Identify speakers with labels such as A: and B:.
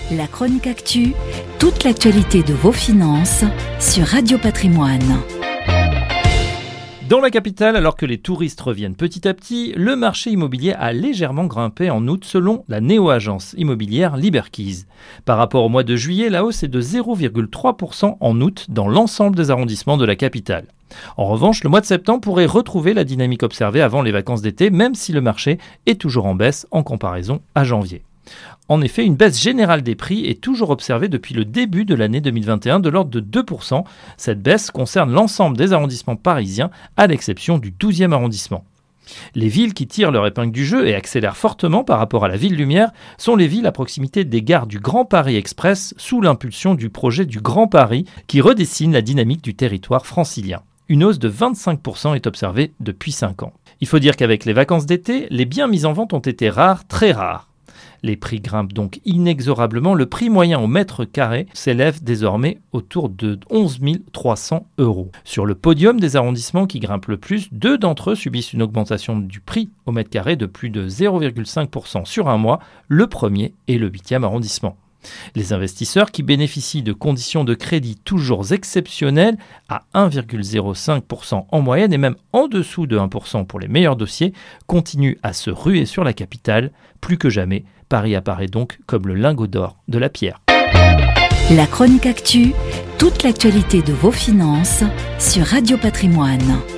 A: La chronique actu, toute l'actualité de vos finances sur Radio Patrimoine.
B: Dans la capitale, alors que les touristes reviennent petit à petit, le marché immobilier a légèrement grimpé en août selon la néo-agence immobilière Liberkeys. Par rapport au mois de juillet, la hausse est de 0,3% en août dans l'ensemble des arrondissements de la capitale. En revanche, le mois de septembre pourrait retrouver la dynamique observée avant les vacances d'été, même si le marché est toujours en baisse en comparaison à janvier. En effet, une baisse générale des prix est toujours observée depuis le début de l'année 2021 de l'ordre de 2%. Cette baisse concerne l'ensemble des arrondissements parisiens, à l'exception du 12e arrondissement. Les villes qui tirent leur épingle du jeu et accélèrent fortement par rapport à la ville lumière sont les villes à proximité des gares du Grand Paris Express sous l'impulsion du projet du Grand Paris qui redessine la dynamique du territoire francilien. Une hausse de 25% est observée depuis 5 ans. Il faut dire qu'avec les vacances d'été, les biens mis en vente ont été rares, très rares. Les prix grimpent donc inexorablement. Le prix moyen au mètre carré s'élève désormais autour de 11 300 €. Sur le podium des arrondissements qui grimpent le plus, 2 d'entre eux subissent une augmentation du prix au mètre carré de plus de 0,5% sur un mois, le 1er et le 8e arrondissement. Les investisseurs qui bénéficient de conditions de crédit toujours exceptionnelles à 1,05% en moyenne et même en dessous de 1% pour les meilleurs dossiers continuent à se ruer sur la capitale. Plus que jamais, Paris apparaît donc comme le lingot d'or de la pierre.
A: La chronique actu, toute l'actualité de vos finances sur Radio Patrimoine.